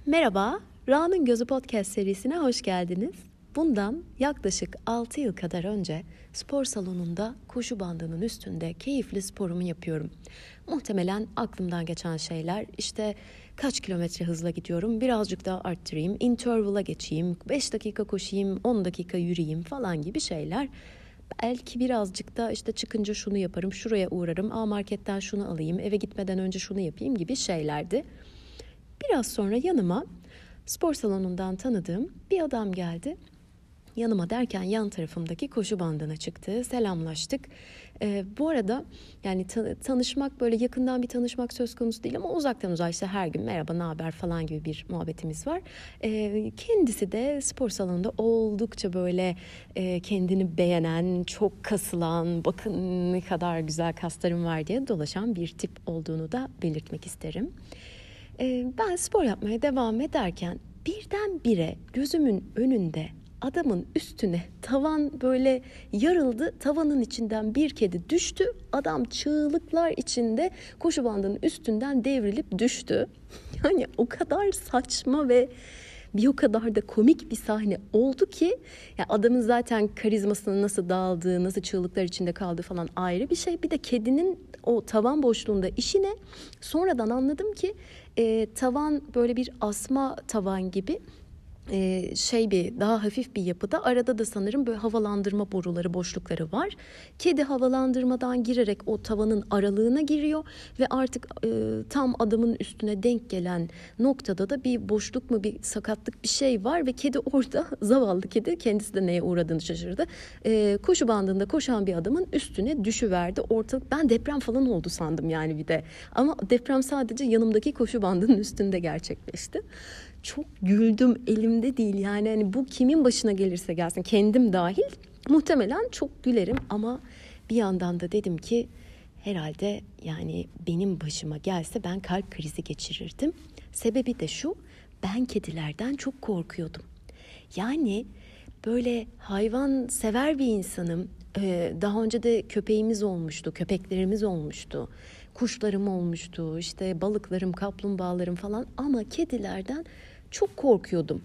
Merhaba, Ra'nın Gözü Podcast serisine hoş geldiniz. Bundan yaklaşık 6 yıl kadar önce spor salonunda koşu bandının üstünde keyifli sporumu yapıyorum. Muhtemelen aklımdan geçen şeyler işte kaç kilometre hızla gidiyorum, birazcık daha arttırayım, interval'a geçeyim, 5 dakika koşayım, 10 dakika yürüyeyim falan gibi şeyler. Belki birazcık da işte çıkınca şunu yaparım, şuraya uğrarım, marketten şunu alayım, eve gitmeden önce şunu yapayım gibi şeylerdi. Biraz sonra yanıma spor salonundan tanıdığım bir adam geldi. Yanıma derken yan tarafımdaki koşu bandına çıktı. Selamlaştık. Bu arada yani tanışmak, böyle yakından bir tanışmak söz konusu değil ama uzaktan uzağa işte her gün merhaba, ne haber falan gibi bir muhabbetimiz var. Kendisi de spor salonunda oldukça böyle kendini beğenen, çok kasılan, bakın ne kadar güzel kaslarım var diye dolaşan bir tip olduğunu da belirtmek isterim. Ben spor yapmaya devam ederken birdenbire gözümün önünde adamın üstüne tavan böyle yarıldı. Tavanın içinden bir kedi düştü. Adam çığlıklar içinde koşu bandının üstünden devrilip düştü. Yani o kadar saçma ve bir o kadar da komik bir sahne oldu ki ya adamın zaten karizmasının nasıl dağıldığı, nasıl çığlıklar içinde kaldığı falan ayrı bir şey. Bir de kedinin o tavan boşluğunda işine sonradan anladım ki tavan böyle bir asma tavan gibi bir daha hafif bir yapıda, arada da sanırım böyle havalandırma boruları, boşlukları var. Kedi havalandırmadan girerek o tavanın aralığına giriyor ve artık tam adamın üstüne denk gelen noktada da bir boşluk mu, bir sakatlık bir şey var ve kedi orada, zavallı kedi, kendisi de neye uğradığını şaşırdı. Koşu bandında koşan bir adamın üstüne düşüverdi. Ortalık, ben deprem falan oldu sandım yani bir de. Ama deprem sadece yanımdaki koşu bandının üstünde gerçekleşti. Çok güldüm, elimde değil yani, hani bu kimin başına gelirse gelsin, kendim dahil muhtemelen çok gülerim ama bir yandan da dedim ki herhalde yani benim başıma gelse ben kalp krizi geçirirdim. Sebebi de şu, ben kedilerden çok korkuyordum. Yani böyle hayvan sever bir insanım. Daha önce de köpeğimiz olmuştu, köpeklerimiz olmuştu, kuşlarım olmuştu, işte balıklarım, kaplumbağalarım falan, ama kedilerden çok korkuyordum.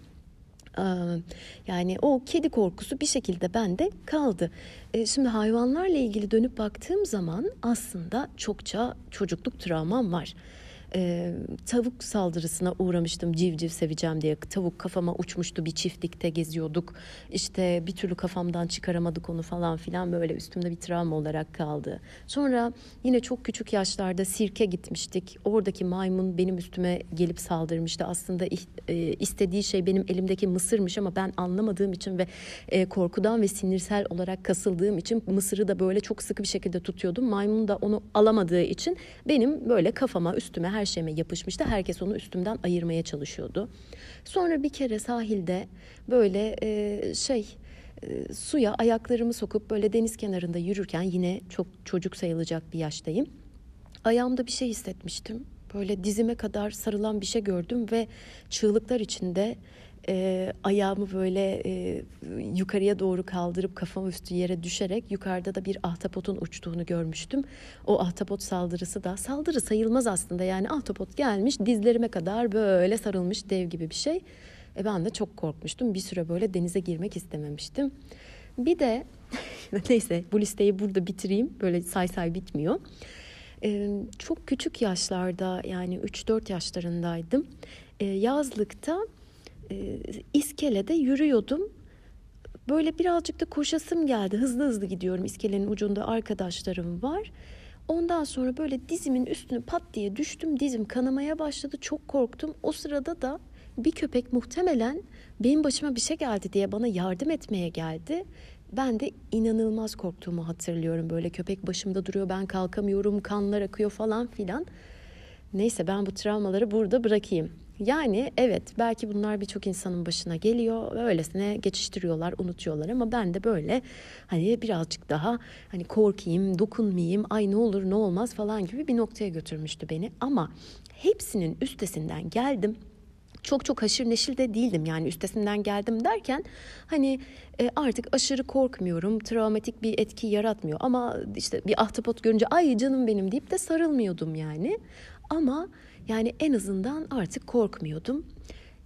Yani o kedi korkusu bir şekilde bende kaldı. Şimdi hayvanlarla ilgili dönüp baktığım zaman aslında çokça çocukluk travmam var. Tavuk saldırısına uğramıştım, civciv seveceğim diye. Tavuk kafama uçmuştu, bir çiftlikte geziyorduk. İşte bir türlü kafamdan çıkaramadık onu falan filan, böyle üstümde bir travma olarak kaldı. Sonra yine çok küçük yaşlarda sirke gitmiştik. Oradaki maymun benim üstüme gelip saldırmıştı. Aslında istediği şey benim elimdeki mısırmış ama ben anlamadığım için ve korkudan ve sinirsel olarak kasıldığım için mısırı da böyle çok sıkı bir şekilde tutuyordum. Maymun da onu alamadığı için benim böyle kafama, üstüme, her şeyime yapışmıştı. Herkes onu üstümden ayırmaya çalışıyordu. Sonra bir kere sahilde böyle suya ayaklarımı sokup böyle deniz kenarında yürürken, yine çok çocuk sayılacak bir yaştayım, ayağımda bir şey hissetmiştim. Böyle dizime kadar sarılan bir şey gördüm ve çığlıklar içinde ayağımı böyle yukarıya doğru kaldırıp kafam üstü yere düşerek yukarıda da bir ahtapotun uçtuğunu görmüştüm. O ahtapot saldırısı da, saldırı sayılmaz aslında yani, ahtapot gelmiş dizlerime kadar böyle sarılmış, dev gibi bir şey. Ben de çok korkmuştum. Bir süre böyle denize girmek istememiştim. Bir de neyse, bu listeyi burada bitireyim. Böyle say bitmiyor. Çok küçük yaşlarda, yani 3-4 yaşlarındaydım. Yazlıkta iskelede yürüyordum. Böyle birazcık da koşasım geldi. Hızlı hızlı gidiyorum. İskelenin ucunda arkadaşlarım var. Ondan sonra böyle dizimin üstüne pat diye düştüm. Dizim kanamaya başladı. Çok korktum. O sırada da bir köpek muhtemelen benim başıma bir şey geldi diye bana yardım etmeye geldi. Ben de inanılmaz korktuğumu hatırlıyorum. Böyle köpek başımda duruyor, ben kalkamıyorum, kanlar akıyor falan filan. Neyse, ben bu travmaları burada bırakayım. Yani evet, belki bunlar birçok insanın başına geliyor. Öylesine geçiştiriyorlar, unutuyorlar ama ben de böyle hani birazcık daha hani korkayım, dokunmayayım, ay ne olur ne olmaz falan gibi bir noktaya götürmüştü beni. Ama hepsinin üstesinden geldim. Çok haşır neşir de değildim, yani üstesinden geldim derken hani artık aşırı korkmuyorum, travmatik bir etki yaratmıyor ama işte bir ahtapot görünce ay canım benim deyip de sarılmıyordum yani, ama yani en azından artık korkmuyordum.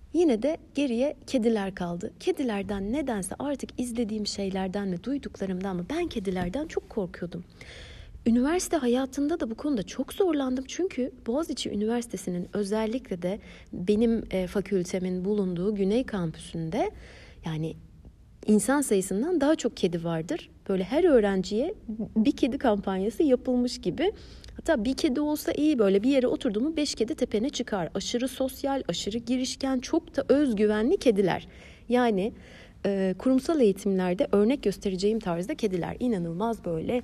Yine de geriye kediler kaldı. Kedilerden nedense artık izlediğim şeylerden ve duyduklarımdan mı ben kedilerden çok korkuyordum. Üniversite hayatında da bu konuda çok zorlandım. Çünkü Boğaziçi Üniversitesi'nin özellikle de benim fakültemin bulunduğu Güney Kampüsü'nde yani insan sayısından daha çok kedi vardır. Böyle her öğrenciye bir kedi kampanyası yapılmış gibi. Hatta bir kedi olsa iyi, böyle bir yere oturdu mu 5 kedi tepene çıkar. Aşırı sosyal, aşırı girişken, çok da özgüvenli kediler. Yani kurumsal eğitimlerde örnek göstereceğim tarzda kediler. İnanılmaz böyle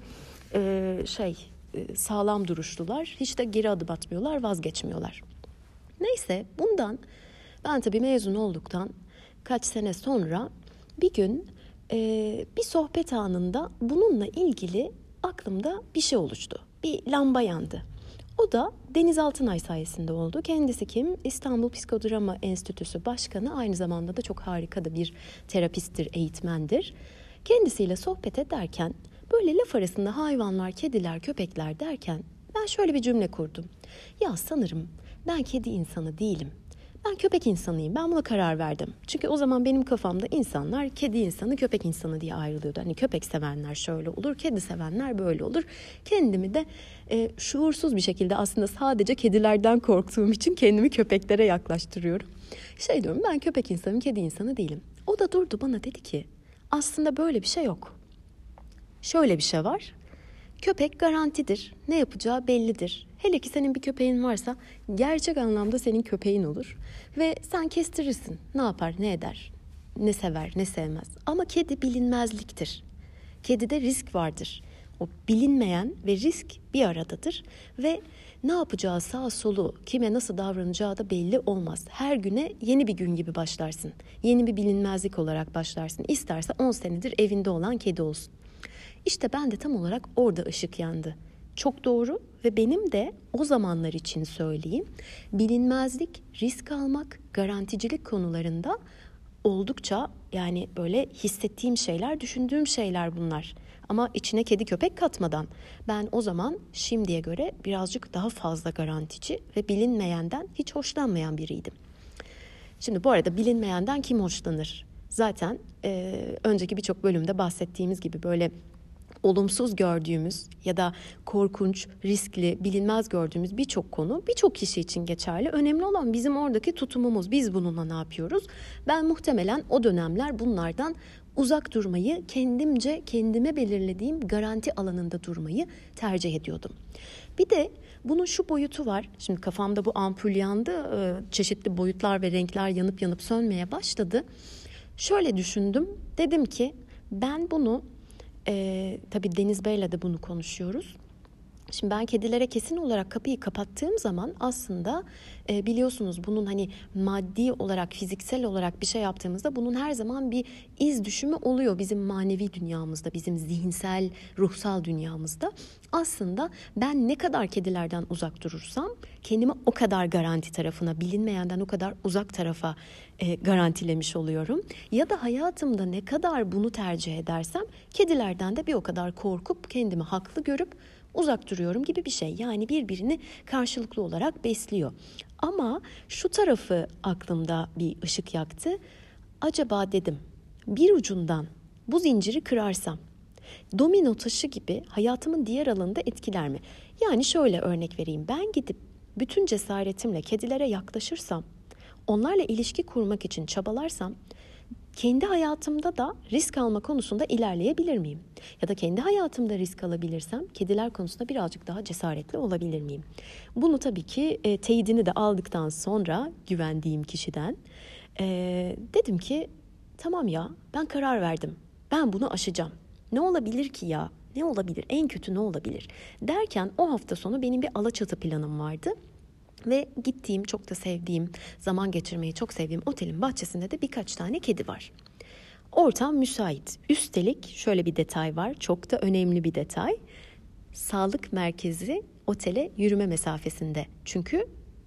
sağlam duruşlular. Hiç de geri adım atmıyorlar, vazgeçmiyorlar. Neyse, bundan ben tabii mezun olduktan kaç sene sonra bir gün bir sohbet anında bununla ilgili aklımda bir şey oluştu. Bir lamba yandı. O da Deniz Altınay sayesinde oldu. Kendisi kim? İstanbul Psikodrama Enstitüsü Başkanı. Aynı zamanda da çok harika da bir terapisttir, eğitmendir. Kendisiyle sohbet ederken böyle laf arasında hayvanlar, kediler, köpekler derken ben şöyle bir cümle kurdum. Ya sanırım ben kedi insanı değilim. Ben köpek insanıyım. Ben buna karar verdim. Çünkü o zaman benim kafamda insanlar kedi insanı, köpek insanı diye ayrılıyordu. Hani köpek sevenler şöyle olur, kedi sevenler böyle olur. Kendimi de şuursuz bir şekilde aslında sadece kedilerden korktuğum için kendimi köpeklere yaklaştırıyorum. Diyorum, ben köpek insanım, kedi insanı değilim. O da durdu, bana dedi ki aslında böyle bir şey yok. Şöyle bir şey var. Köpek garantidir. Ne yapacağı bellidir. Hele ki senin bir köpeğin varsa gerçek anlamda senin köpeğin olur. Ve sen kestirirsin. Ne yapar, ne eder, ne sever, ne sevmez. Ama kedi bilinmezliktir. Kedide risk vardır. O bilinmeyen ve risk bir aradadır. Ve ne yapacağı, sağ solu, kime nasıl davranacağı da belli olmaz. Her güne yeni bir gün gibi başlarsın. Yeni bir bilinmezlik olarak başlarsın. İsterse 10 senedir evinde olan kedi olsun. İşte ben de tam olarak orada ışık yandı. Çok doğru ve benim de o zamanlar için söyleyeyim, bilinmezlik, risk almak, garanticilik konularında oldukça yani böyle hissettiğim şeyler, düşündüğüm şeyler bunlar. Ama içine kedi köpek katmadan ben o zaman şimdiye göre birazcık daha fazla garantici ve bilinmeyenden hiç hoşlanmayan biriydim. Şimdi bu arada bilinmeyenden kim hoşlanır? Zaten önceki birçok bölümde bahsettiğimiz gibi böyle olumsuz gördüğümüz ya da korkunç, riskli, bilinmez gördüğümüz birçok konu birçok kişi için geçerli. Önemli olan bizim oradaki tutumumuz. Biz bununla ne yapıyoruz? Ben muhtemelen o dönemler bunlardan uzak durmayı, kendime belirlediğim garanti alanında durmayı tercih ediyordum. Bir de bunun şu boyutu var. Şimdi kafamda bu ampul yandı. Çeşitli boyutlar ve renkler yanıp yanıp sönmeye başladı. Şöyle düşündüm. Dedim ki ben bunu tabii Deniz Bey'le de bunu konuşuyoruz. Şimdi ben kedilere kesin olarak kapıyı kapattığım zaman aslında biliyorsunuz bunun hani maddi olarak, fiziksel olarak bir şey yaptığımızda bunun her zaman bir iz düşümü oluyor bizim manevi dünyamızda, bizim zihinsel, ruhsal dünyamızda. Aslında ben ne kadar kedilerden uzak durursam kendimi o kadar garanti tarafına, bilinmeyenden o kadar uzak tarafa garantilemiş oluyorum. Ya da hayatımda ne kadar bunu tercih edersem kedilerden de bir o kadar korkup kendimi haklı görüp uzak duruyorum gibi bir şey. Yani birbirini karşılıklı olarak besliyor. Ama şu tarafı aklımda bir ışık yaktı. Acaba dedim bir ucundan bu zinciri kırarsam domino taşı gibi hayatımın diğer alanında etkiler mi? Yani şöyle örnek vereyim. Ben gidip bütün cesaretimle kedilere yaklaşırsam, onlarla ilişki kurmak için çabalarsam kendi hayatımda da risk alma konusunda ilerleyebilir miyim? Ya da kendi hayatımda risk alabilirsem kediler konusunda birazcık daha cesaretli olabilir miyim? Bunu tabii ki teyidini de aldıktan sonra güvendiğim kişiden dedim ki tamam ya ben karar verdim. Ben bunu aşacağım. Ne olabilir ki ya? Ne olabilir? En kötü ne olabilir? Derken o hafta sonu benim bir Alaçatı planım vardı. Ve gittiğim, çok da sevdiğim, zaman geçirmeyi çok sevdiğim otelin bahçesinde de birkaç tane kedi var. Ortam müsait. Üstelik şöyle bir detay var, çok da önemli bir detay. Sağlık merkezi otele yürüme mesafesinde. Çünkü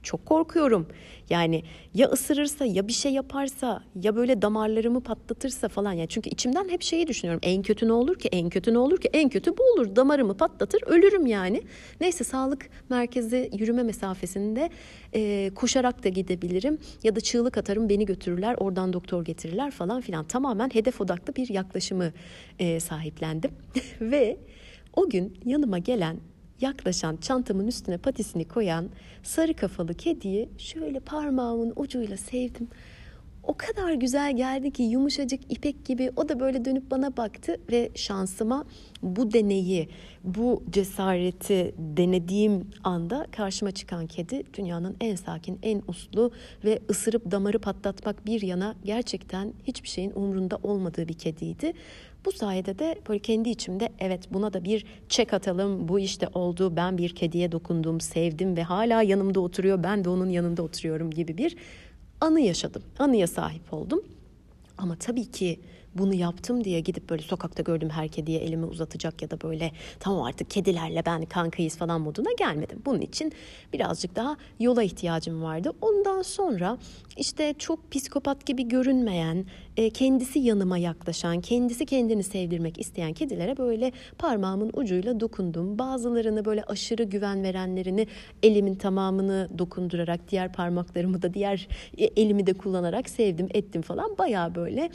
çok korkuyorum. Yani ya ısırırsa, ya bir şey yaparsa, ya böyle damarlarımı patlatırsa falan. Yani çünkü içimden hep şeyi düşünüyorum. En kötü ne olur ki? En kötü ne olur ki? En kötü bu olur. Damarımı patlatır, ölürüm yani. Neyse, sağlık merkezi yürüme mesafesinde koşarak da gidebilirim. Ya da çığlık atarım, beni götürürler, oradan doktor getirirler falan filan. Tamamen hedef odaklı bir yaklaşımı sahiplendim. Ve o gün yanıma gelen, yaklaşan, çantamın üstüne patisini koyan sarı kafalı kediyi şöyle parmağımın ucuyla sevdim. O kadar güzel geldi ki, yumuşacık ipek gibi. O da böyle dönüp bana baktı ve şansıma bu deneyi, bu cesareti denediğim anda karşıma çıkan kedi dünyanın en sakin, en uslu ve ısırıp damarı patlatmak bir yana gerçekten hiçbir şeyin umrunda olmadığı bir kediydi. Bu sayede de böyle kendi içimde evet, buna da bir çek atalım, bu işte oldu, ben bir kediye dokundum, sevdim ve hala yanımda oturuyor, ben de onun yanında oturuyorum gibi bir anı yaşadım. Anıya sahip oldum. Ama tabii ki bunu yaptım diye gidip böyle sokakta gördüğüm her kediye elimi uzatacak ya da böyle tamam artık kedilerle ben kankayız falan moduna gelmedim. Bunun için birazcık daha yola ihtiyacım vardı. Ondan sonra işte çok psikopat gibi görünmeyen, kendisi yanıma yaklaşan, kendisi kendini sevdirmek isteyen kedilere böyle parmağımın ucuyla dokundum. Bazılarını, böyle aşırı güven verenlerini elimin tamamını dokundurarak, diğer parmaklarımı da diğer elimi de kullanarak sevdim, ettim falan. Bayağı böyle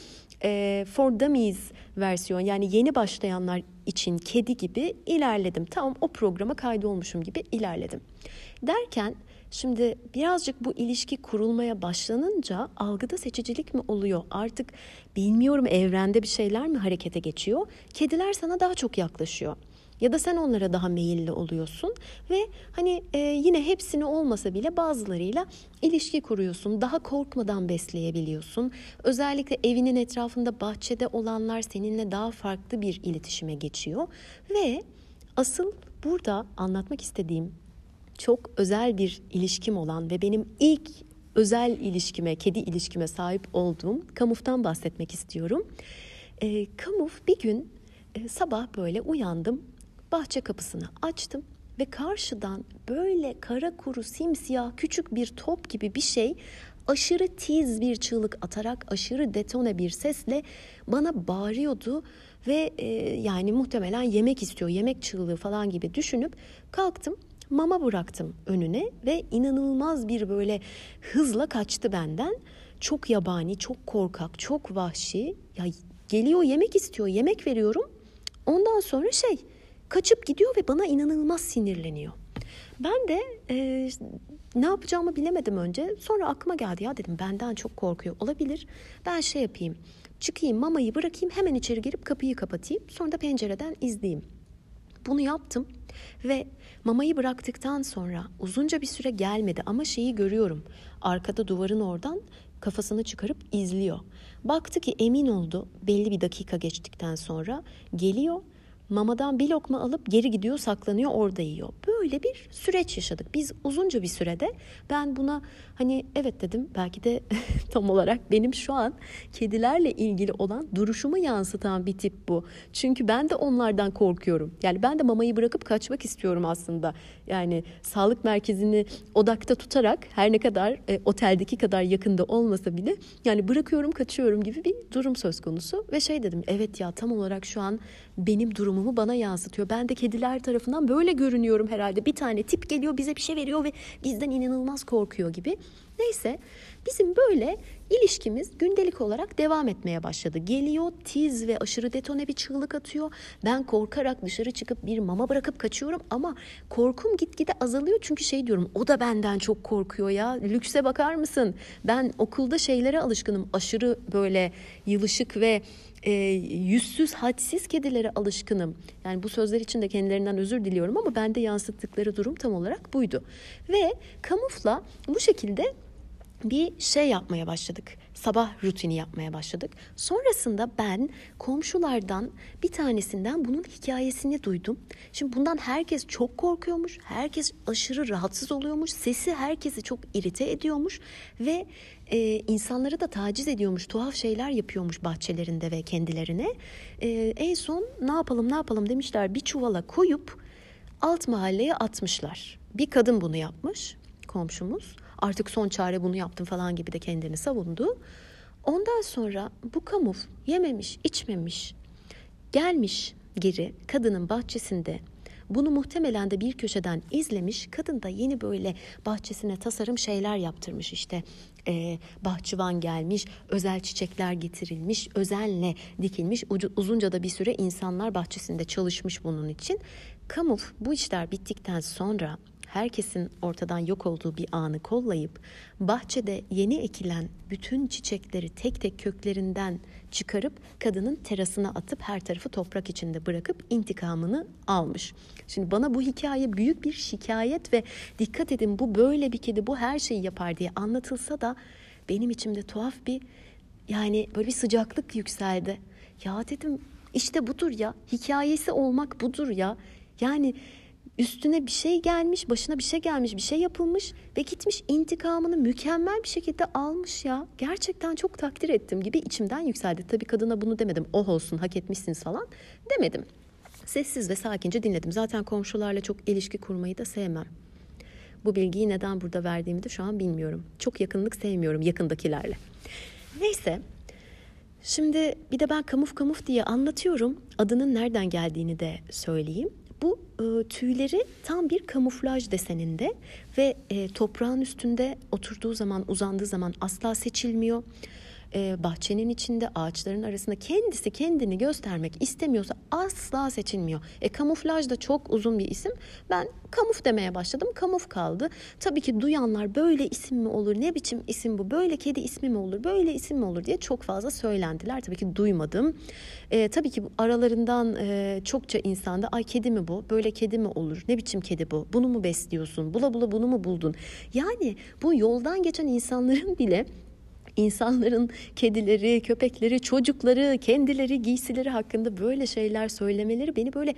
for dummies versiyon, yani yeni başlayanlar için kedi gibi ilerledim. Tamam, o programa kaydolmuşum gibi ilerledim. Derken şimdi birazcık bu ilişki kurulmaya başlanınca algıda seçicilik mi oluyor? Artık bilmiyorum, evrende bir şeyler mi harekete geçiyor? Kediler sana daha çok yaklaşıyor. Ya da sen onlara daha meyilli oluyorsun ve hani yine hepsini olmasa bile bazılarıyla ilişki kuruyorsun. Daha korkmadan besleyebiliyorsun. Özellikle evinin etrafında, bahçede olanlar seninle daha farklı bir iletişime geçiyor. Ve asıl burada anlatmak istediğim çok özel bir ilişkim olan ve benim ilk özel ilişkime, kedi ilişkime sahip olduğum Kamuf'tan bahsetmek istiyorum. Kamuf bir gün sabah böyle uyandım. Bahçe kapısını açtım ve karşıdan böyle kara kuru, simsiyah, küçük bir top gibi bir şey aşırı tiz bir çığlık atarak, aşırı detone bir sesle bana bağırıyordu ve yani muhtemelen yemek istiyor, yemek çığlığı falan gibi düşünüp kalktım. Mama bıraktım önüne ve inanılmaz bir böyle hızla kaçtı benden. Çok yabani, çok korkak, çok vahşi. Ya geliyor, yemek istiyor, yemek veriyorum. Ondan sonra kaçıp gidiyor ve bana inanılmaz sinirleniyor. Ben de ne yapacağımı bilemedim önce. Sonra aklıma geldi, ya dedim benden çok korkuyor olabilir. Ben yapayım, çıkayım, mamayı bırakayım, hemen içeri girip kapıyı kapatayım. Sonra da pencereden izleyeyim. Bunu yaptım ve mamayı bıraktıktan sonra uzunca bir süre gelmedi ama görüyorum. Arkada duvarın oradan kafasını çıkarıp izliyor. Baktı ki emin oldu, belli bir dakika geçtikten sonra geliyor. Mamadan bir lokma alıp geri gidiyor, saklanıyor, orada yiyor. Böyle bir süreç yaşadık. Biz uzunca bir sürede, ben buna hani evet dedim, belki de tam olarak benim şu an kedilerle ilgili olan duruşumu yansıtan bir tip bu. Çünkü ben de onlardan korkuyorum. Yani ben de mamayı bırakıp kaçmak istiyorum aslında. Yani sağlık merkezini odakta tutarak, her ne kadar oteldeki kadar yakında olmasa bile yani bırakıyorum, kaçıyorum gibi bir durum söz konusu. Ve dedim, evet ya, tam olarak şu an benim durumumu bana yansıtıyor. Ben de kediler tarafından böyle görünüyorum herhalde. Bir tane tip geliyor, bize bir şey veriyor ve bizden inanılmaz korkuyor gibi. Neyse, bizim böyle ilişkimiz gündelik olarak devam etmeye başladı. Geliyor, tiz ve aşırı detone bir çığlık atıyor. Ben korkarak dışarı çıkıp bir mama bırakıp kaçıyorum ama korkum gitgide azalıyor. Çünkü diyorum, o da benden çok korkuyor ya. Lükse bakar mısın? Ben okulda şeylere alışkınım. Aşırı böyle yılışık ve yüzsüz, hadsiz kedilere alışkınım. Yani bu sözler için de kendilerinden özür diliyorum ama bende yansıttıkları durum tam olarak buydu. Ve Kamuf'la bu şekilde bir yapmaya başladık. Sabah rutini yapmaya başladık. Sonrasında ben komşulardan bir tanesinden bunun hikayesini duydum. Şimdi bundan herkes çok korkuyormuş. Herkes aşırı rahatsız oluyormuş. Sesi herkesi çok irite ediyormuş. Ve insanları da taciz ediyormuş. Tuhaf şeyler yapıyormuş bahçelerinde ve kendilerine. En son ne yapalım demişler. Bir çuvala koyup alt mahalleye atmışlar. Bir kadın bunu yapmış. komşumuz. Artık son çare bunu yaptım falan gibi de kendini savundu. Ondan sonra bu kamuf yememiş, içmemiş, gelmiş geri kadının bahçesinde. Bunu muhtemelen de bir köşeden izlemiş. Kadın da yeni böyle bahçesine tasarım şeyler yaptırmış işte. Bahçıvan gelmiş, özel çiçekler getirilmiş, özenle dikilmiş. Uzunca da bir süre insanlar bahçesinde çalışmış bunun için. Kamuf bu işler bittikten sonra herkesin ortadan yok olduğu bir anı kollayıp bahçede yeni ekilen bütün çiçekleri tek tek köklerinden çıkarıp kadının terasına atıp her tarafı toprak içinde bırakıp intikamını almış. Şimdi bana bu hikaye büyük bir şikayet ve dikkat edin bu böyle bir kedi, bu her şeyi yapar diye anlatılsa da benim içimde tuhaf bir, yani böyle bir sıcaklık yükseldi. Ya dedim, işte budur ya, hikayesi olmak budur ya. Yani üstüne bir şey gelmiş, başına bir şey gelmiş, bir şey yapılmış ve gitmiş intikamını mükemmel bir şekilde almış ya. Gerçekten çok takdir ettim gibi içimden yükseldi. Tabii kadına bunu demedim. Oh olsun, hak etmişsiniz falan demedim. Sessiz ve sakince dinledim. Zaten komşularla çok ilişki kurmayı da sevmem. Bu bilgiyi neden burada verdiğimi de şu an bilmiyorum. Çok yakınlık sevmiyorum yakındakilerle. Neyse. Şimdi bir de ben kamuf diye anlatıyorum. Adının nereden geldiğini de söyleyeyim. Bu tüyleri tam bir kamuflaj deseninde ve toprağın üstünde oturduğu zaman, uzandığı zaman asla seçilmiyor. Bahçenin içinde, ağaçların arasında kendisi kendini göstermek istemiyorsa asla seçilmiyor. Kamuflaj da çok uzun bir isim. Ben kamuf demeye başladım. Kamuf kaldı. Tabii ki duyanlar böyle isim mi olur, ne biçim isim bu, böyle kedi ismi mi olur, böyle isim mi olur diye çok fazla söylendiler. Tabii ki duymadım. Tabii ki aralarından çokça insanda ay kedi mi bu, böyle kedi mi olur, ne biçim kedi bu, bunu mu besliyorsun, bula bula bunu mu buldun? Yani bu yoldan geçen insanların bile İnsanların kedileri, köpekleri, çocukları, kendileri, giysileri hakkında böyle şeyler söylemeleri beni böyle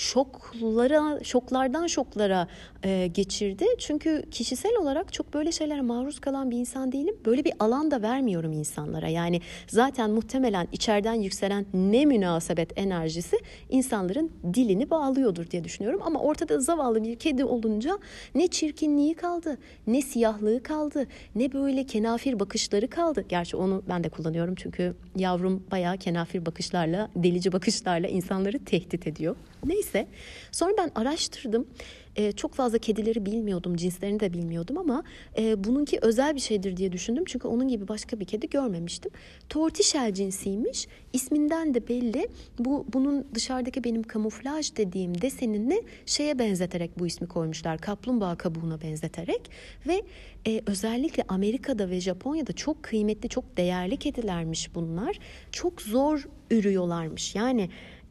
şoklardan şoklara geçirdi. Çünkü kişisel olarak çok böyle şeylere maruz kalan bir insan değilim. Böyle bir alan da vermiyorum insanlara. Yani zaten muhtemelen içeriden yükselen ne münasebet enerjisi insanların dilini bağlıyordur diye düşünüyorum. Ama ortada zavallı bir kedi olunca ne çirkinliği kaldı, ne siyahlığı kaldı, ne böyle kenafir bakışları kaldı. Gerçi onu ben de kullanıyorum çünkü yavrum bayağı kenafir bakışlarla, delici bakışlarla insanları tehdit ediyor. Neyse, sonra ben araştırdım. Çok fazla kedileri bilmiyordum, cinslerini de bilmiyordum ama bununki özel bir şeydir diye düşündüm. Çünkü onun gibi başka bir kedi görmemiştim. Tortişel cinsiymiş. İsminden de belli. Bunun dışarıdaki benim kamuflaj dediğim desenini şeye benzeterek bu ismi koymuşlar. Kaplumbağa kabuğuna benzeterek ve özellikle Amerika'da ve Japonya'da çok kıymetli, çok değerli kedilermiş bunlar. Çok zor ürüyorlarmış. Yani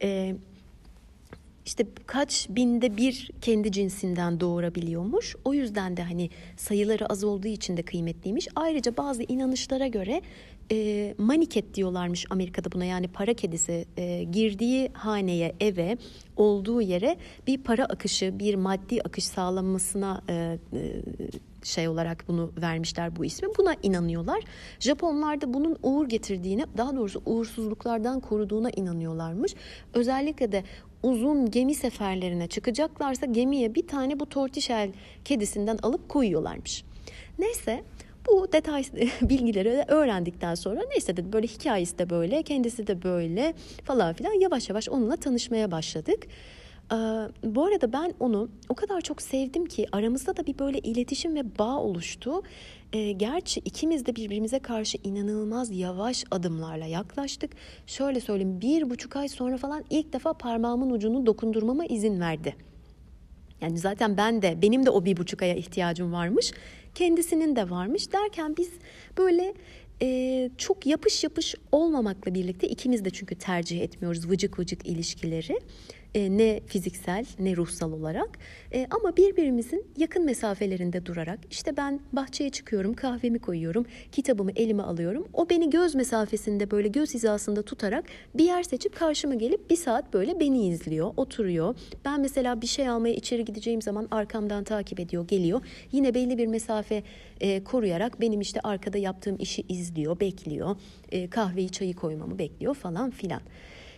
İşte kaç binde bir kendi cinsinden doğurabiliyormuş. O yüzden de hani sayıları az olduğu için de kıymetliymiş. Ayrıca bazı inanışlara göre maniket diyorlarmış Amerika'da buna. Yani para kedisi girdiği haneye, eve, olduğu yere bir para akışı, bir maddi akış sağlanmasına şey olarak bunu vermişler bu ismi. Buna inanıyorlar. Japonlar da bunun uğur getirdiğine, daha doğrusu uğursuzluklardan koruduğuna inanıyorlarmış. Özellikle de uzun gemi seferlerine çıkacaklarsa gemiye bir tane bu tortişel kedisinden alıp koyuyorlarmış. Neyse, bu detay bilgileri öğrendikten sonra neyse dedi, böyle hikayesi de böyle, kendisi de böyle falan filan, yavaş yavaş onunla tanışmaya başladık. Bu arada ben onu o kadar çok sevdim ki aramızda da bir böyle iletişim ve bağ oluştu. Gerçi ikimiz de birbirimize karşı inanılmaz yavaş adımlarla yaklaştık. Şöyle söyleyeyim, 1,5 ay sonra falan ilk defa parmağımın ucunu dokundurmama izin verdi. Yani zaten benim de o 1,5 aya ihtiyacım varmış. Kendisinin de varmış derken biz böyle çok yapış yapış olmamakla birlikte, ikimiz de çünkü tercih etmiyoruz vıcık vıcık ilişkileri. Ne fiziksel ne ruhsal olarak, ama birbirimizin yakın mesafelerinde durarak, işte ben bahçeye çıkıyorum, kahvemi koyuyorum, kitabımı elime alıyorum, o beni göz mesafesinde, böyle göz hizasında tutarak bir yer seçip karşıma gelip bir saat böyle beni izliyor, oturuyor. Ben mesela bir şey almaya içeri gideceğim zaman arkamdan takip ediyor, geliyor, yine belli bir mesafe koruyarak benim işte arkada yaptığım işi izliyor, bekliyor, kahveyi çayı koymamı bekliyor falan filan.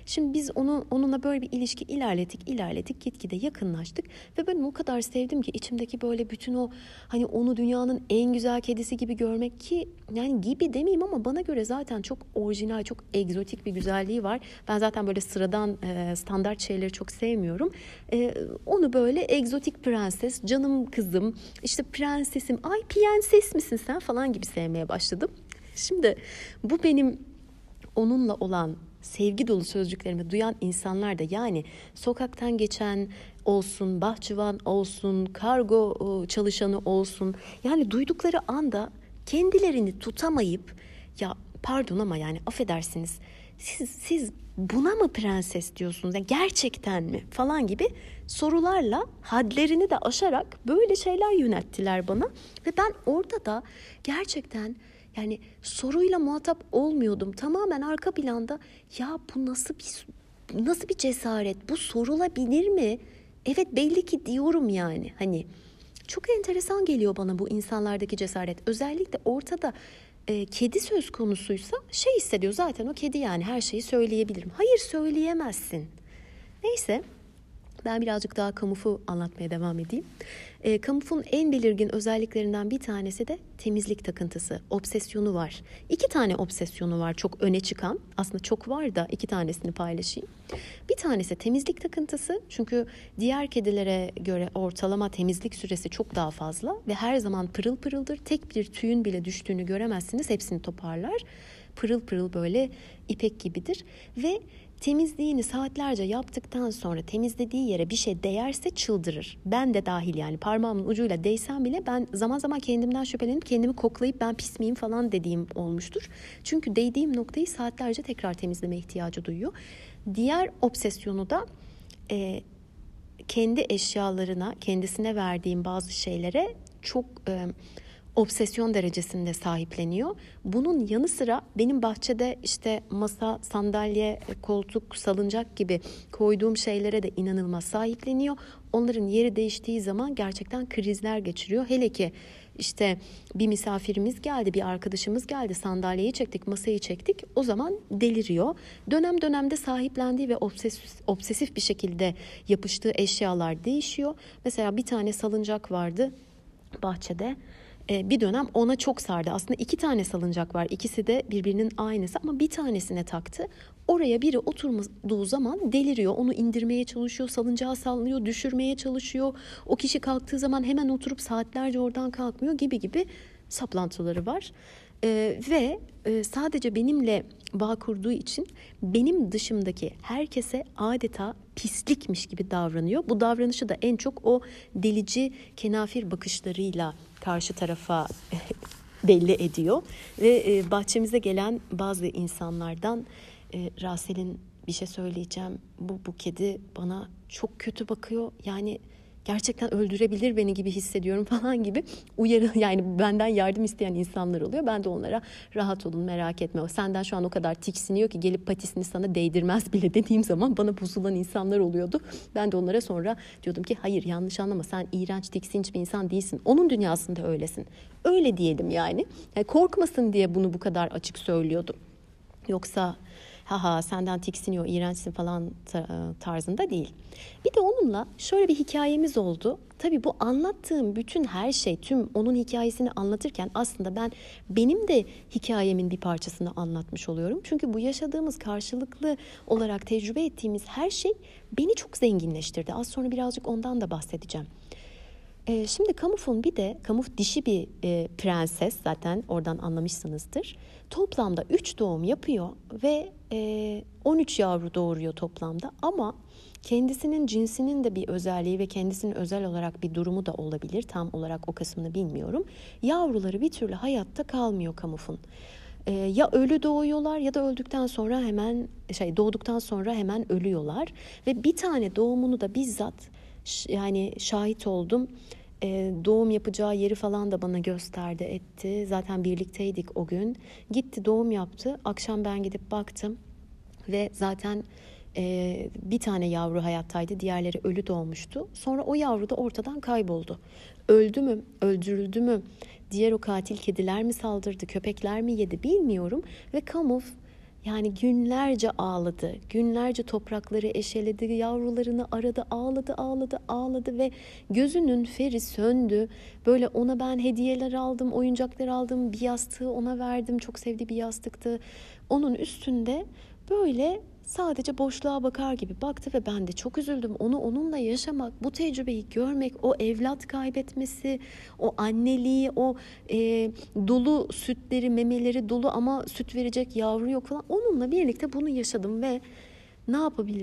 Şimdi biz onunla böyle bir ilişki ilerledik, gitgide yakınlaştık ve ben o kadar sevdim ki içimdeki böyle bütün o hani onu dünyanın en güzel kedisi gibi görmek, ki yani gibi demeyeyim ama bana göre zaten çok orijinal, çok egzotik bir güzelliği var. Ben zaten böyle sıradan standart şeyleri çok sevmiyorum. Onu böyle egzotik prenses, canım kızım, işte prensesim, ay prenses misin sen falan gibi sevmeye başladım. Şimdi bu benim onunla olan sevgi dolu sözcüklerimi duyan insanlar da, yani sokaktan geçen olsun, bahçıvan olsun, kargo çalışanı olsun, yani duydukları anda kendilerini tutamayıp, ya pardon ama yani affedersiniz, siz buna mı prenses diyorsunuz? Yani gerçekten mi? Falan gibi sorularla hadlerini de aşarak böyle şeyler yönelttiler bana. Ve ben orada da gerçekten yani soruyla muhatap olmuyordum. Tamamen arka planda ya bu nasıl bir cesaret? Bu sorulabilir mi? Evet, belli ki diyorum yani. Hani çok enteresan geliyor bana bu insanlardaki cesaret. Özellikle ortada kedi söz konusuysa şey hissediyor, zaten o kedi, yani her şeyi söyleyebilirim. Hayır, söyleyemezsin. Neyse, ben birazcık daha Kamuf'u anlatmaya devam edeyim. Kamuf'un en belirgin özelliklerinden bir tanesi de temizlik takıntısı, obsesyonu var. 2 tane obsesyonu var çok öne çıkan. Aslında çok var da 2 tanesini paylaşayım. Bir tanesi temizlik takıntısı. Çünkü diğer kedilere göre ortalama temizlik süresi çok daha fazla ve her zaman pırıl pırıldır. Tek bir tüyün bile düştüğünü göremezsiniz. Hepsini toparlar. Pırıl pırıl böyle ipek gibidir ve temizliğini saatlerce yaptıktan sonra temizlediği yere bir şey değerse çıldırır. Ben de dahil, yani parmağımın ucuyla değsem bile ben zaman zaman kendimden şüphelenip kendimi koklayıp ben pis miyim falan dediğim olmuştur. Çünkü değdiğim noktayı saatlerce tekrar temizleme ihtiyacı duyuyor. Diğer obsesyonu da kendi eşyalarına, kendisine verdiğim bazı şeylere çok obsesyon derecesinde sahipleniyor. Bunun yanı sıra benim bahçede işte masa, sandalye, koltuk, salıncak gibi koyduğum şeylere de inanılmaz sahipleniyor. Onların yeri değiştiği zaman gerçekten krizler geçiriyor. Hele ki işte bir misafirimiz geldi, bir arkadaşımız geldi, sandalyeyi çektik, masayı çektik. O zaman deliriyor. Dönem dönemde sahiplendiği ve obsesif bir şekilde yapıştığı eşyalar değişiyor. Mesela bir tane salıncak vardı bahçede. Bir dönem ona çok sardı. Aslında 2 tane salıncak var. İkisi de birbirinin aynısı ama bir tanesine taktı. Oraya biri oturduğu zaman deliriyor. Onu indirmeye çalışıyor, salıncağı sallıyor, düşürmeye çalışıyor. O kişi kalktığı zaman hemen oturup saatlerce oradan kalkmıyor gibi saplantıları var. Ve sadece benimle bağ kurduğu için benim dışımdaki herkese adeta pislikmiş gibi davranıyor. Bu davranışı da en çok o delici kenafir bakışlarıyla karşı tarafa belli ediyor. Ve bahçemize gelen bazı insanlardan Rasel'in, bir şey söyleyeceğim, bu kedi bana çok kötü bakıyor, yani gerçekten öldürebilir beni gibi hissediyorum falan gibi uyarı, yani benden yardım isteyen insanlar oluyor. Ben de onlara rahat olun, merak etme, o senden şu an o kadar tiksiniyor ki gelip patisini sana değdirmez bile dediğim zaman bana bozulan insanlar oluyordu. Ben de onlara sonra diyordum ki hayır, yanlış anlama, sen iğrenç, tiksinç bir insan değilsin. Onun dünyasında öylesin. Öyle diyelim yani. Korkmasın diye bunu bu kadar açık söylüyordum. Yoksa haha senden tiksiniyor, iğrençsin falan tarzında değil. Bir de onunla şöyle bir hikayemiz oldu. Tabii bu anlattığım bütün her şey, tüm onun hikayesini anlatırken aslında benim de hikayemin bir parçasını anlatmış oluyorum. Çünkü bu yaşadığımız, karşılıklı olarak tecrübe ettiğimiz her şey beni çok zenginleştirdi. Az sonra birazcık ondan da bahsedeceğim. Şimdi Kamuf dişi bir prenses, zaten oradan anlamışsınızdır. Toplamda 3 doğum yapıyor ve 13 yavru doğuruyor toplamda, ama kendisinin cinsinin de bir özelliği ve kendisinin özel olarak bir durumu da olabilir. Tam olarak o kısmını bilmiyorum. Yavruları bir türlü hayatta kalmıyor Kamuf'un. Ya ölü doğuyorlar ya da doğduktan sonra hemen ölüyorlar ve bir tane doğumunu da bizzat yani şahit oldum. Doğum yapacağı yeri falan da bana gösterdi etti. Zaten birlikteydik o gün. Gitti doğum yaptı. Akşam ben gidip baktım ve zaten bir tane yavru hayattaydı. Diğerleri ölü doğmuştu. Sonra o yavru da ortadan kayboldu. Öldü mü? Öldürüldü mü? Diğer o katil kediler mi saldırdı? Köpekler mi yedi? Bilmiyorum. Ve Kamuf Yani günlerce ağladı, günlerce toprakları eşeledi, yavrularını aradı, ağladı ve gözünün feri söndü. Böyle ona ben hediyeler aldım, oyuncaklar aldım, bir yastığı ona verdim, çok sevdiği bir yastıktı. Onun üstünde böyle sadece boşluğa bakar gibi baktı ve ben de çok üzüldüm. Onunla yaşamak, bu tecrübeyi görmek, o evlat kaybetmesi, o anneliği, o dolu sütleri, memeleri dolu ama süt verecek yavru yok falan. Onunla birlikte bunu yaşadım ve ne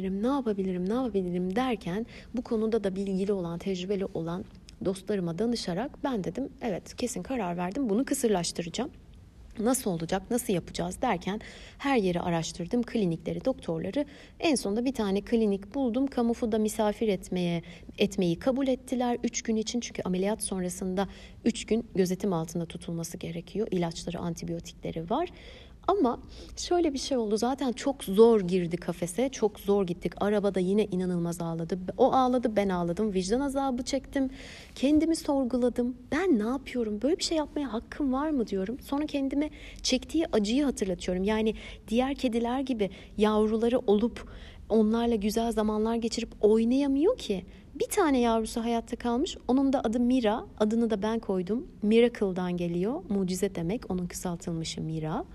yapabilirim derken bu konuda da bilgili olan, tecrübeli olan dostlarıma danışarak ben dedim evet kesin karar verdim, bunu kısırlaştıracağım. Nasıl olacak, nasıl yapacağız derken her yeri araştırdım, klinikleri, doktorları. En sonunda bir tane klinik buldum. Kamufu'da misafir etmeyi kabul ettiler 3 gün için. Çünkü ameliyat sonrasında 3 gün gözetim altında tutulması gerekiyor. İlaçları, antibiyotikleri var. Ama şöyle bir şey oldu. Zaten çok zor girdi kafese. Çok zor gittik. Arabada yine inanılmaz ağladı. O ağladı, ben ağladım. Vicdan azabı çektim. Kendimi sorguladım. Ben ne yapıyorum? Böyle bir şey yapmaya hakkım var mı diyorum. Sonra kendime çektiği acıyı hatırlatıyorum. Yani diğer kediler gibi yavruları olup onlarla güzel zamanlar geçirip oynayamıyor ki. Bir tane yavrusu hayatta kalmış. Onun da adı Mira. Adını da ben koydum. Miracle'dan geliyor. Mucize demek. Onun kısaltılmışı Mira.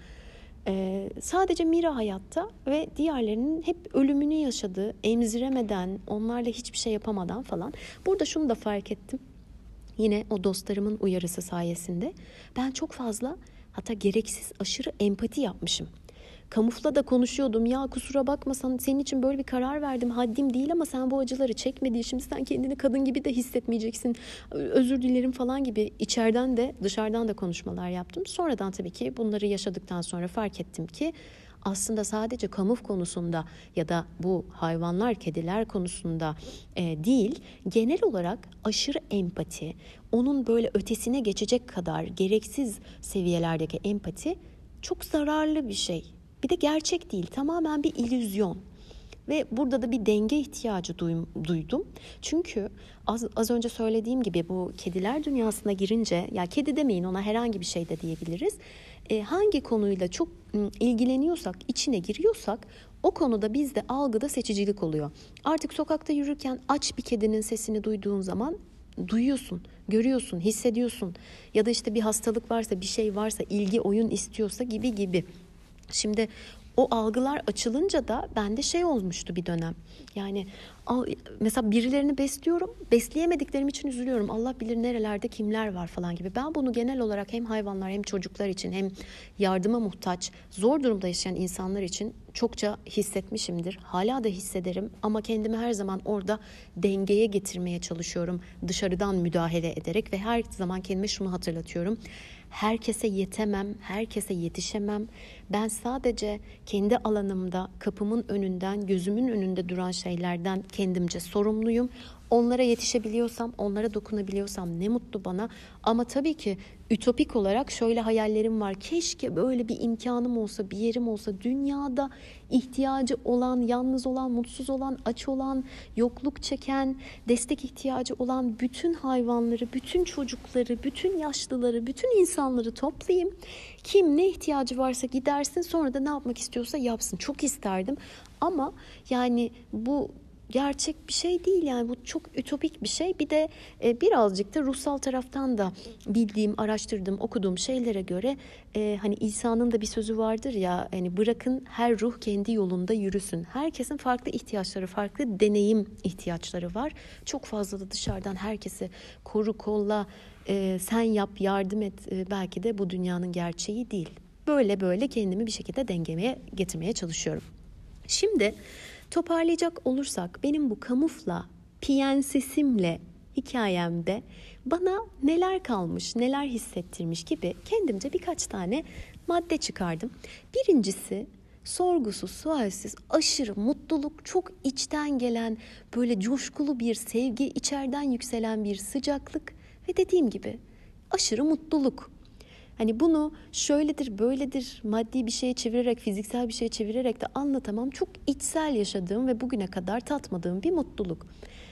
Sadece Mira hayatta ve diğerlerinin hep ölümünü yaşadı, emziremeden, onlarla hiçbir şey yapamadan falan. Burada şunu da fark ettim. Yine o dostlarımın uyarısı sayesinde ben çok fazla, hatta gereksiz aşırı empati yapmışım. Kamufla da konuşuyordum. Ya kusura bakma, senin için böyle bir karar verdim. Haddim değil ama sen bu acıları çekmedin. Şimdi sen kendini kadın gibi de hissetmeyeceksin. Özür dilerim falan gibi içeriden de dışarıdan da konuşmalar yaptım. Sonradan tabii ki bunları yaşadıktan sonra fark ettim ki aslında sadece kamuf konusunda ya da bu hayvanlar, kediler konusunda değil, genel olarak aşırı empati, onun böyle ötesine geçecek kadar gereksiz seviyelerdeki empati çok zararlı bir şey. Bir de gerçek değil, tamamen bir illüzyon. Ve burada da bir denge ihtiyacı duydum. Çünkü az önce söylediğim gibi bu kediler dünyasına girince, ya kedi demeyin ona, herhangi bir şey de diyebiliriz. Hangi konuyla çok ilgileniyorsak, içine giriyorsak o konuda bizde algıda seçicilik oluyor. Artık sokakta yürürken aç bir kedinin sesini duyduğun zaman duyuyorsun, görüyorsun, hissediyorsun. Ya da işte bir hastalık varsa, bir şey varsa, ilgi, oyun istiyorsa gibi. Şimdi o algılar açılınca da bende şey olmuştu bir dönem. Yani mesela birilerini besliyorum, besleyemediklerim için üzülüyorum. Allah bilir nerelerde kimler var falan gibi. Ben bunu genel olarak hem hayvanlar hem çocuklar için hem yardıma muhtaç, zor durumda yaşayan insanlar için çokça hissetmişimdir. Hala da hissederim ama kendimi her zaman orada dengeye getirmeye çalışıyorum. Dışarıdan müdahale ederek ve her zaman kendime şunu hatırlatıyorum. Herkese yetemem, herkese yetişemem. Ben sadece kendi alanımda, kapımın önünden, gözümün önünde duran şeylerden kendimce sorumluyum. Onlara yetişebiliyorsam, onlara dokunabiliyorsam ne mutlu bana. Ama tabii ki ütopik olarak şöyle hayallerim var. Keşke böyle bir imkanım olsa, bir yerim olsa, dünyada ihtiyacı olan, yalnız olan, mutsuz olan, aç olan, yokluk çeken, destek ihtiyacı olan bütün hayvanları, bütün çocukları, bütün yaşlıları, bütün insanları toplayayım. Kim ne ihtiyacı varsa gidersin, sonra da ne yapmak istiyorsa yapsın. Çok isterdim ama yani bu gerçek bir şey değil, yani bu çok ütopik bir şey. Bir de birazcık da ruhsal taraftan da bildiğim, araştırdığım, okuduğum şeylere göre hani İsa'nın da bir sözü vardır ya, hani bırakın her ruh kendi yolunda yürüsün. Herkesin farklı ihtiyaçları, farklı deneyim ihtiyaçları var. Çok fazla da dışarıdan herkesi koru kolla, sen yap, yardım et, belki de bu dünyanın gerçeği değil. Böyle kendimi bir şekilde dengeye getirmeye çalışıyorum. Şimdi toparlayacak olursak benim bu kamufla, piyensesimle hikayemde bana neler kalmış, neler hissettirmiş gibi kendimce birkaç tane madde çıkardım. Birincisi sorgusuz, sualsiz, aşırı mutluluk, çok içten gelen, böyle coşkulu bir sevgi, içeriden yükselen bir sıcaklık ve dediğim gibi aşırı mutluluk. Hani bunu şöyledir, böyledir, maddi bir şeye çevirerek, fiziksel bir şeye çevirerek de anlatamam. Çok içsel yaşadığım ve bugüne kadar tatmadığım bir mutluluk.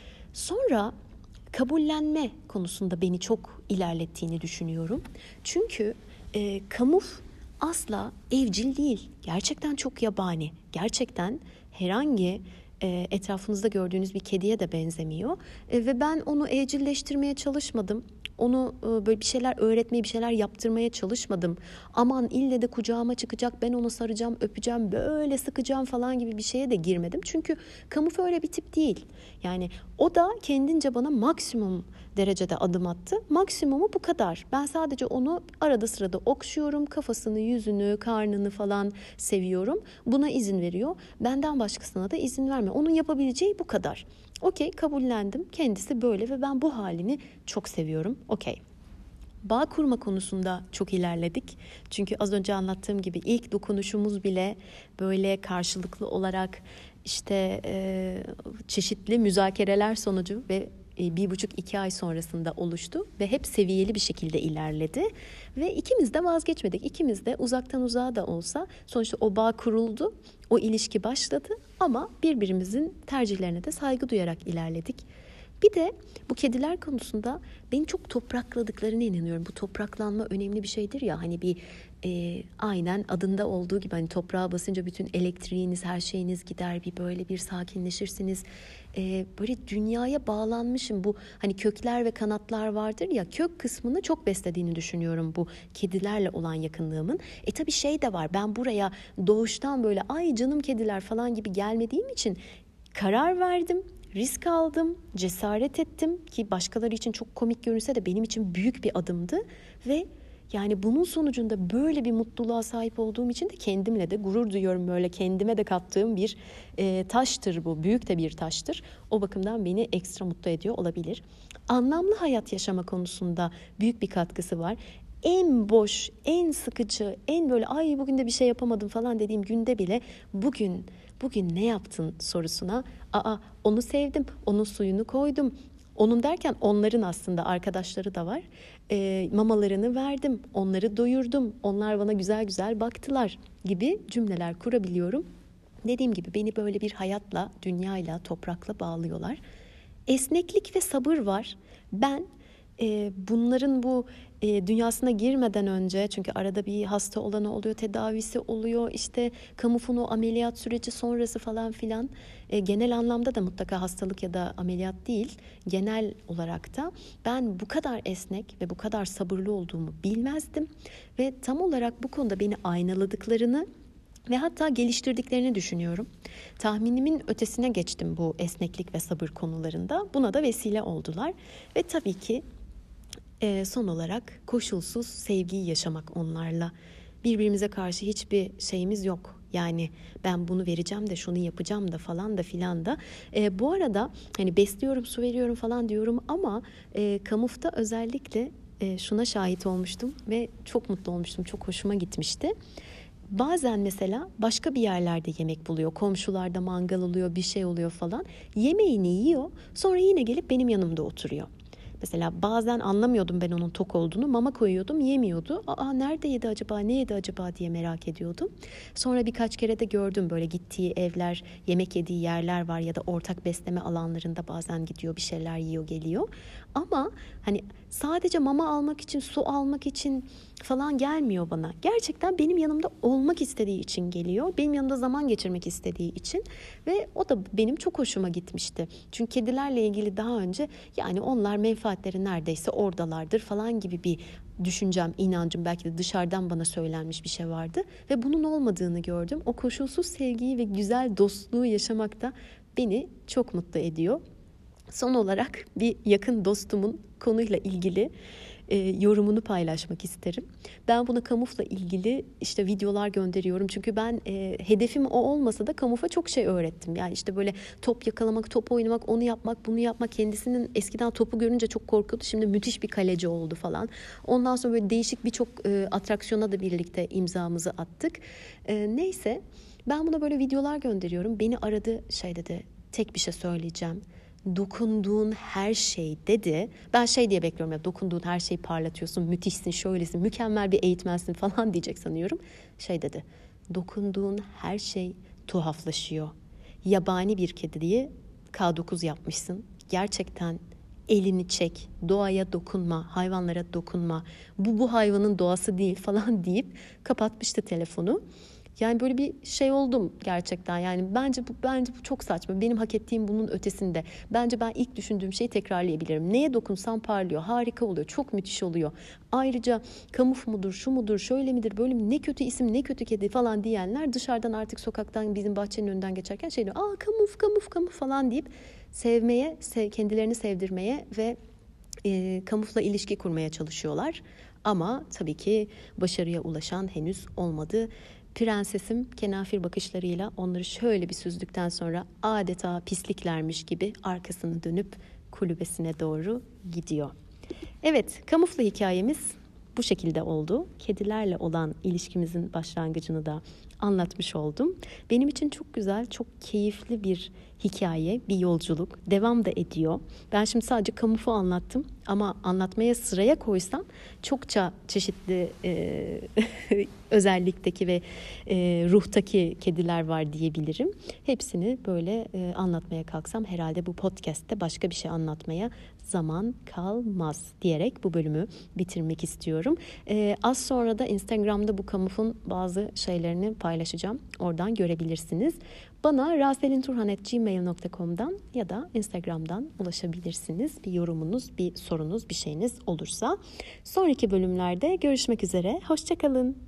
Sonra kabullenme konusunda beni çok ilerlettiğini düşünüyorum. Çünkü kamuf asla evcil değil. Gerçekten çok yabani. Gerçekten herhangi etrafınızda gördüğünüz bir kediye de benzemiyor. Ve ben onu evcilleştirmeye çalışmadım. Onu böyle bir şeyler öğretmeye, bir şeyler yaptırmaya çalışmadım. Aman ille de kucağıma çıkacak, ben onu saracağım, öpeceğim, böyle sıkacağım falan gibi bir şeye de girmedim. Çünkü Kamuf öyle bir tip değil. Yani o da kendince bana maksimum derecede adım attı. Maksimumu bu kadar. Ben sadece onu arada sırada okşuyorum. Kafasını, yüzünü, karnını falan seviyorum. Buna izin veriyor. Benden başkasına da izin vermiyor. Onun yapabileceği bu kadar. Okey, kabullendim. Kendisi böyle ve ben bu halini çok seviyorum. Okey. Bağ kurma konusunda çok ilerledik. Çünkü az önce anlattığım gibi ilk dokunuşumuz bile böyle karşılıklı olarak işte çeşitli müzakereler sonucu ve 1,5-2 ay sonrasında oluştu ve hep seviyeli bir şekilde ilerledi ve ikimiz de vazgeçmedik. İkimiz de uzaktan uzağa da olsa sonuçta o bağ kuruldu, o ilişki başladı ama birbirimizin tercihlerine de saygı duyarak ilerledik. Bir de bu kediler konusunda beni çok toprakladıklarına inanıyorum. Bu topraklanma önemli bir şeydir ya, hani bir aynen adında olduğu gibi, hani toprağa basınca bütün elektriğiniz, her şeyiniz gider, bir böyle bir sakinleşirsiniz. Böyle dünyaya bağlanmışım, bu hani kökler ve kanatlar vardır ya, kök kısmını çok beslediğini düşünüyorum bu kedilerle olan yakınlığımın. Tabii şey de var, ben buraya doğuştan böyle ay canım kediler falan gibi gelmediğim için karar verdim. Risk aldım, cesaret ettim ki başkaları için çok komik görünse de benim için büyük bir adımdı ve yani bunun sonucunda böyle bir mutluluğa sahip olduğum için de kendimle de gurur duyuyorum. Böyle kendime de kattığım bir taştır bu, büyük de bir taştır. O bakımdan beni ekstra mutlu ediyor olabilir. Anlamlı hayat yaşama konusunda büyük bir katkısı var. En boş, en sıkıcı, en böyle ay bugün de bir şey yapamadım falan dediğim günde bile bugün ne yaptın sorusuna onu sevdim, onun suyunu koydum. Onun derken onların aslında arkadaşları da var. Mamalarını verdim, onları doyurdum, onlar bana güzel güzel baktılar gibi cümleler kurabiliyorum. Dediğim gibi beni böyle bir hayatla, dünyayla, toprakla bağlıyorlar. Esneklik ve sabır var. Ben bunların bu dünyasına girmeden önce, çünkü arada bir hasta olanı oluyor, tedavisi oluyor, işte Kamuf'un o ameliyat süreci sonrası falan filan, genel anlamda da mutlaka hastalık ya da ameliyat değil, genel olarak da ben bu kadar esnek ve bu kadar sabırlı olduğumu bilmezdim ve tam olarak bu konuda beni aynaladıklarını ve hatta geliştirdiklerini düşünüyorum. Tahminimin ötesine geçtim bu esneklik ve sabır konularında. Buna da vesile oldular ve tabii ki son olarak koşulsuz sevgiyi yaşamak onlarla. Birbirimize karşı hiçbir şeyimiz yok. Yani ben bunu vereceğim de şunu yapacağım da falan da filan da. Bu arada hani besliyorum, su veriyorum falan diyorum ama Kamuf'ta özellikle şuna şahit olmuştum ve çok mutlu olmuştum. Çok hoşuma gitmişti. Bazen mesela başka bir yerlerde yemek buluyor. Komşularda mangal oluyor, bir şey oluyor falan. Yemeğini yiyor, sonra yine gelip benim yanımda oturuyor. Mesela bazen anlamıyordum ben onun tok olduğunu. Mama koyuyordum, yemiyordu. Nerede yedi acaba, ne yedi acaba diye merak ediyordum. Sonra birkaç kere de gördüm, böyle gittiği evler, yemek yediği yerler var ya da ortak besleme alanlarında bazen gidiyor, bir şeyler yiyor, geliyor. Ama hani sadece mama almak için, su almak için falan gelmiyor bana. Gerçekten benim yanımda olmak istediği için geliyor. Benim yanımda zaman geçirmek istediği için ve o da benim çok hoşuma gitmişti. Çünkü kedilerle ilgili daha önce yani onlar menfaatleri neredeyse oradalardır falan gibi bir düşüncem, inancım, belki de dışarıdan bana söylenmiş bir şey vardı ve bunun olmadığını gördüm. O koşulsuz sevgiyi ve güzel dostluğu yaşamak da beni çok mutlu ediyor. Son olarak bir yakın dostumun konuyla ilgili yorumunu paylaşmak isterim. Ben buna Kamuf'la ilgili işte videolar gönderiyorum. Çünkü ben hedefim o olmasa da Kamuf'a çok şey öğrettim. Yani işte böyle top yakalamak, top oynamak, onu yapmak, bunu yapmak. Kendisinin eskiden topu görünce çok korkuyordu. Şimdi müthiş bir kaleci oldu falan. Ondan sonra böyle değişik birçok atraksiyona da birlikte imzamızı attık. Neyse, ben buna böyle videolar gönderiyorum. Beni aradı, şey dedi, tek bir şey söyleyeceğim. Dokunduğun her şey dedi. Ben şey diye bekliyorum ya, dokunduğun her şeyi parlatıyorsun, müthişsin, şöylesin, mükemmel bir eğitmensin falan diyecek sanıyorum. Şey dedi, dokunduğun her şey tuhaflaşıyor. Yabani bir kediyi K9 yapmışsın. Gerçekten elini çek, doğaya dokunma, hayvanlara dokunma, bu hayvanın doğası değil falan deyip kapatmıştı telefonu. Yani böyle bir şey oldum gerçekten. Yani bence bu çok saçma. Benim hak ettiğim bunun ötesinde. Bence ben ilk düşündüğüm şeyi tekrarlayabilirim. Neye dokunsam parlıyor, harika oluyor, çok müthiş oluyor. Ayrıca kamuf mudur, şu mudur, şöyle midir, böyle mi, ne kötü isim, ne kötü kedi falan diyenler dışarıdan artık sokaktan bizim bahçenin önünden geçerken şey diyor. Kamuf falan deyip kendilerini sevdirmeye ve kamufla ilişki kurmaya çalışıyorlar. Ama tabii ki başarıya ulaşan henüz olmadı. Prensesim kenafir bakışlarıyla onları şöyle bir süzdükten sonra adeta pisliklermiş gibi arkasını dönüp kulübesine doğru gidiyor. Evet, kamufla hikayemiz bu şekilde oldu. Kedilerle olan ilişkimizin başlangıcını da anlatmış oldum. Benim için çok güzel, çok keyifli bir hikaye, bir yolculuk. Devam da ediyor. Ben şimdi sadece kamufu anlattım ama anlatmaya sıraya koysam çokça çeşitli özellikteki ve ruhtaki kediler var diyebilirim. Hepsini böyle anlatmaya kalksam herhalde bu podcast'te başka bir şey anlatmaya zaman kalmaz diyerek bu bölümü bitirmek istiyorum. Az sonra da Instagram'da bu kamufun bazı şeylerini paylaşacağım. Oradan görebilirsiniz. Bana raselinturhan@gmail.com'dan ya da Instagram'dan ulaşabilirsiniz. Bir yorumunuz, bir sorunuz, bir şeyiniz olursa. Sonraki bölümlerde görüşmek üzere. Hoşça kalın.